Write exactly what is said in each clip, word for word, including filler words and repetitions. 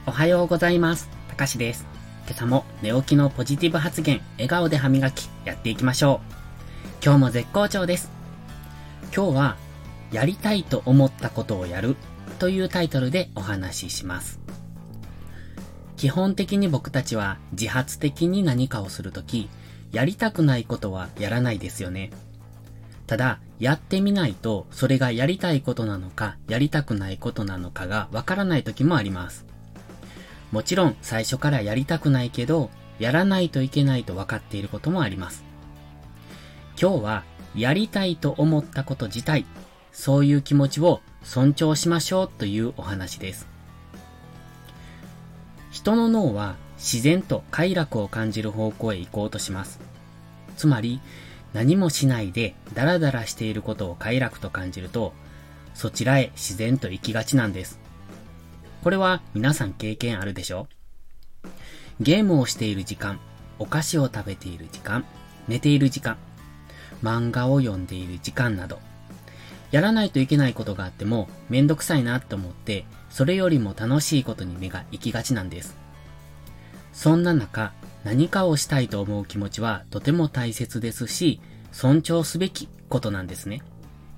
おはようございます。たかしです。今朝も寝起きのポジティブ発言、笑顔で歯磨き、やっていきましょう。今日も絶好調です。今日は、やりたいと思ったことをやるというタイトルでお話しします。基本的に僕たちは自発的に何かをするとき、やりたくないことはやらないですよね。ただ、やってみないと、それがやりたいことなのか、やりたくないことなのかがわからない時もあります。もちろん、最初からやりたくないけど、やらないといけないと分かっていることもあります。今日は、やりたいと思ったこと自体、そういう気持ちを尊重しましょうというお話です。人の脳は自然と快楽を感じる方向へ行こうとします。つまり、何もしないでダラダラしていることを快楽と感じると、そちらへ自然と行きがちなんです。これは皆さん経験あるでしょ？ゲームをしている時間、お菓子を食べている時間、寝ている時間、漫画を読んでいる時間など、やらないといけないことがあってもめんどくさいなと思って、それよりも楽しいことに目が行きがちなんです。そんな中、何かをしたいと思う気持ちはとても大切ですし、尊重すべきことなんですね。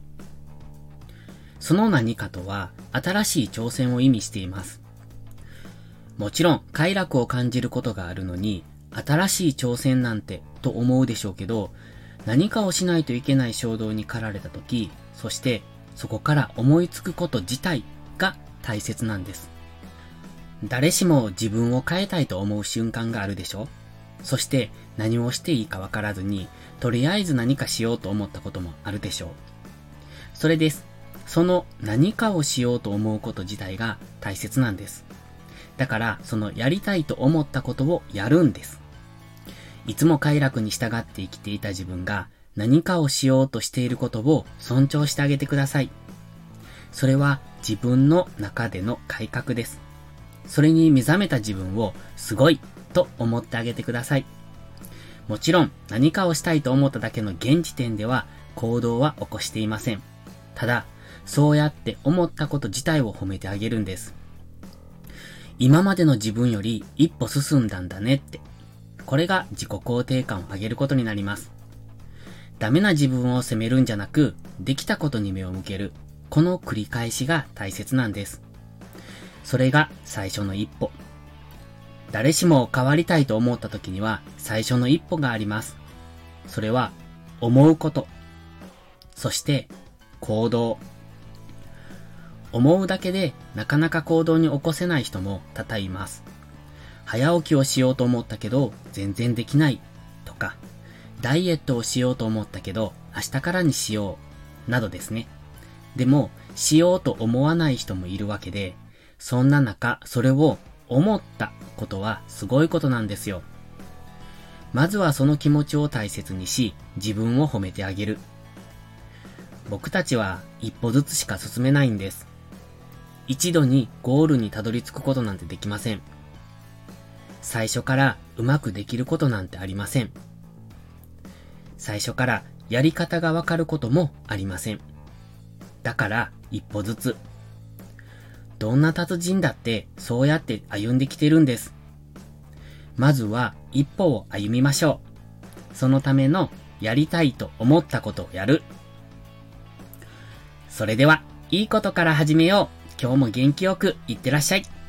その何かとは、新しい挑戦を意味しています。もちろん、快楽を感じることがあるのに、新しい挑戦なんてと思うでしょうけど、何かをしないといけない衝動に駆られたとき、そしてそこから思いつくこと自体が大切なんです。誰しも自分を変えたいと思う瞬間があるでしょ？そして何をしていいかわからずに、とりあえず何かしようと思ったこともあるでしょう。それです。その何かをしようと思うこと自体が大切なんです。だからそのやりたいと思ったことをやるんです。いつも快楽に従って生きていた自分が何かをしようとしていることを尊重してあげてください。それは自分の中での改革です。それに目覚めた自分をすごいと思ってあげてください。もちろん何かをしたいと思っただけの現時点では行動は起こしていません。ただ、そうやって思ったこと自体を褒めてあげるんです。今までの自分より一歩進んだんだねって。これが自己肯定感を上げることになります。ダメな自分を責めるんじゃなく、できたことに目を向ける。この繰り返しが大切なんです。それが最初の一歩。誰しも変わりたいと思った時には最初の一歩があります。それは思うこと。そして行動。思うだけでなかなか行動に起こせない人も多々います。早起きをしようと思ったけど全然できないとか、ダイエットをしようと思ったけど明日からにしようなどですね。でもしようと思わない人もいるわけで、そんな中それを思ったことはすごいことなんですよ。まずはその気持ちを大切にし、自分を褒めてあげる。僕たちは一歩ずつしか進めないんです。一度にゴールにたどり着くことなんてできません。最初からうまくできることなんてありません。最初からやり方がわかることもありません。だから一歩ずつ。どんな達人だってそうやって歩んできてるんです。まずは一歩を歩みましょう。そのためのやりたいと思ったことをやる。それでは、いいことから始めよう。今日も元気よくいってらっしゃい。